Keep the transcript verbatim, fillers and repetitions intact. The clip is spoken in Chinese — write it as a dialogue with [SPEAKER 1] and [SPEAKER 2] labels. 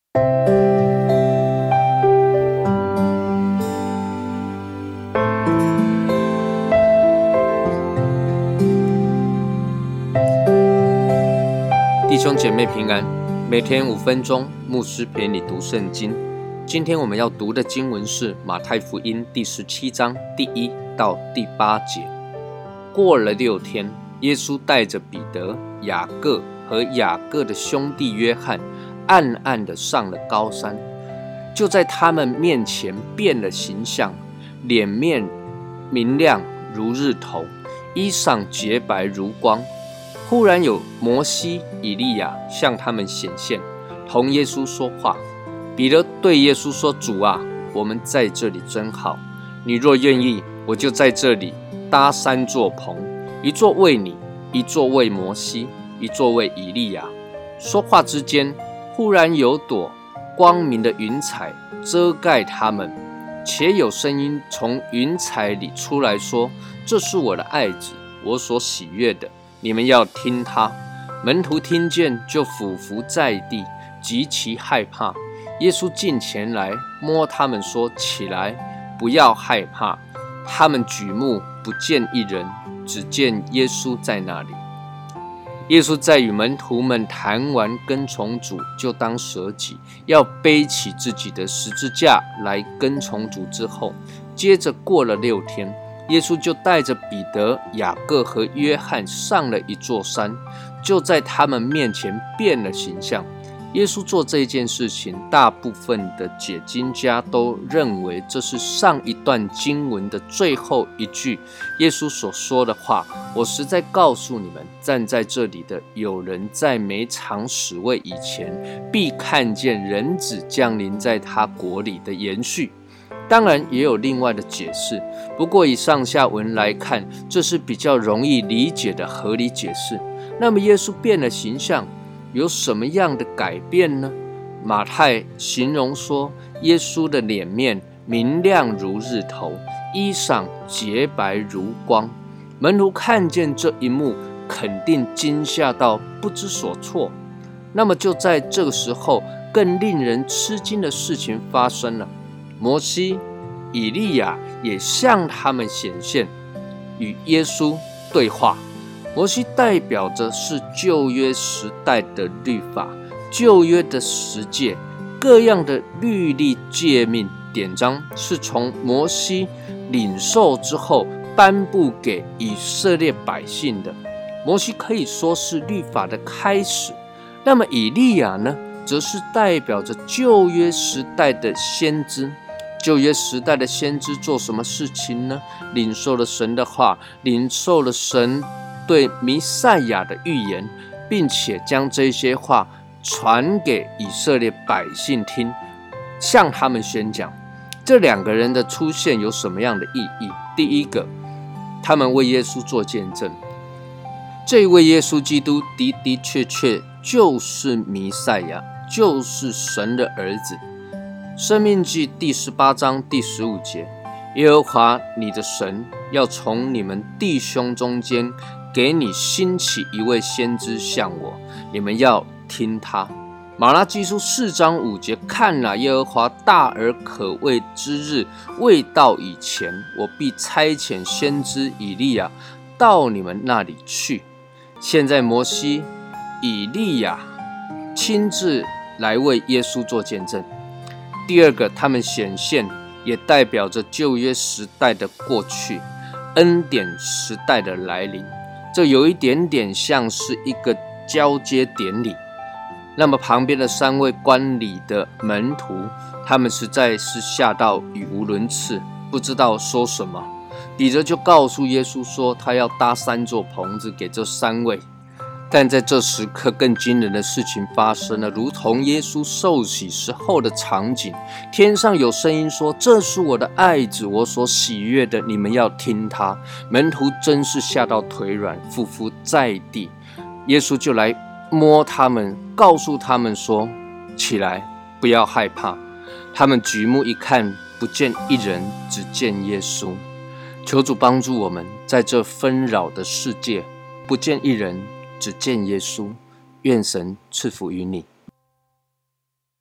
[SPEAKER 1] 弟兄姐妹平安，每天五分钟，牧师陪你读圣经。今天我们要读的经文是马太福音第十七章第一到第八节。过了六天，耶稣带着彼得、雅各和雅各的兄弟约翰，暗暗地上了高山，就在他们面前变了形象，脸面明亮如日头，衣裳洁白如光。忽然有摩西、以利亚向他们显现，同耶稣说话。彼得对耶稣说：“主啊，我们在这里真好。你若愿意，我就在这里搭三座棚，一座为你，一座为摩西，一座为以利亚。”说话之间，忽然有朵光明的云彩遮盖他们，且有声音从云彩里出来说：“这是我的爱子，我所喜悦的。你们要听他。”门徒听见，就俯伏在地，极其害怕。耶稣近前来，摸他们说：“起来，不要害怕。”他们举目不见一人，只见耶稣在那里。耶稣在与门徒们谈完跟从主，就当舍己，要背起自己的十字架来跟从主之后，接着过了六天，耶稣就带着彼得、雅各和约翰上了一座山，就在他们面前变了形象。耶稣做这件事情，大部分的解经家都认为这是上一段经文的最后一句耶稣所说的话：“我实在告诉你们，站在这里的有人在没尝死味以前，必看见人子降临在他国里的延续。”当然也有另外的解释，不过以上下文来看，这是比较容易理解的合理解释。那么耶稣变了形象，有什么样的改变呢？马太形容说，耶稣的脸面明亮如日头，衣裳洁白如光。门徒看见这一幕，肯定惊吓到不知所措。那么就在这个时候，更令人吃惊的事情发生了。摩西、以利亚也向他们显现，与耶稣对话。摩西代表着是旧约时代的律法，旧约的十诫，各样的律例诫命典章是从摩西领受之后颁布给以色列百姓的。摩西可以说是律法的开始。那么以利亚呢，则是代表着旧约时代的先知。旧约时代的先知做什么事情呢？领受了神的话，领受了神对弥赛亚的预言，并且将这些话传给以色列百姓听，向他们宣讲。这两个人的出现有什么样的意义？第一个，他们为耶稣做见证。这位耶稣基督的的确确就是弥赛亚，就是神的儿子。申命记第十八章第十五节，耶和华你的神要从你们弟兄中间给你兴起一位先知像我，你们要听他。马拉基书四章五节，看哪，耶和华大而可畏之日未到以前，我必差遣先知以利亚到你们那里去。现在摩西、以利亚亲自来为耶稣做见证。第二个，他们显现也代表着旧约时代的过去，恩典时代的来临。这有一点点像是一个交接典礼。那么旁边的三位观礼的门徒，他们实在是吓到语无伦次，不知道说什么。彼得就告诉耶稣说，他要搭三座棚子给这三位。但在这时刻，更惊人的事情发生了，如同耶稣受洗时候的场景。天上有声音说：“这是我的爱子，我所喜悦的，你们要听他。”门徒真是吓到腿软，俯伏在地。耶稣就来摸他们，告诉他们说：“起来，不要害怕。”他们举目一看，不见一人，只见耶稣。求主帮助我们，在这纷扰的世界，不见一人，只见耶稣。愿神赐福于你。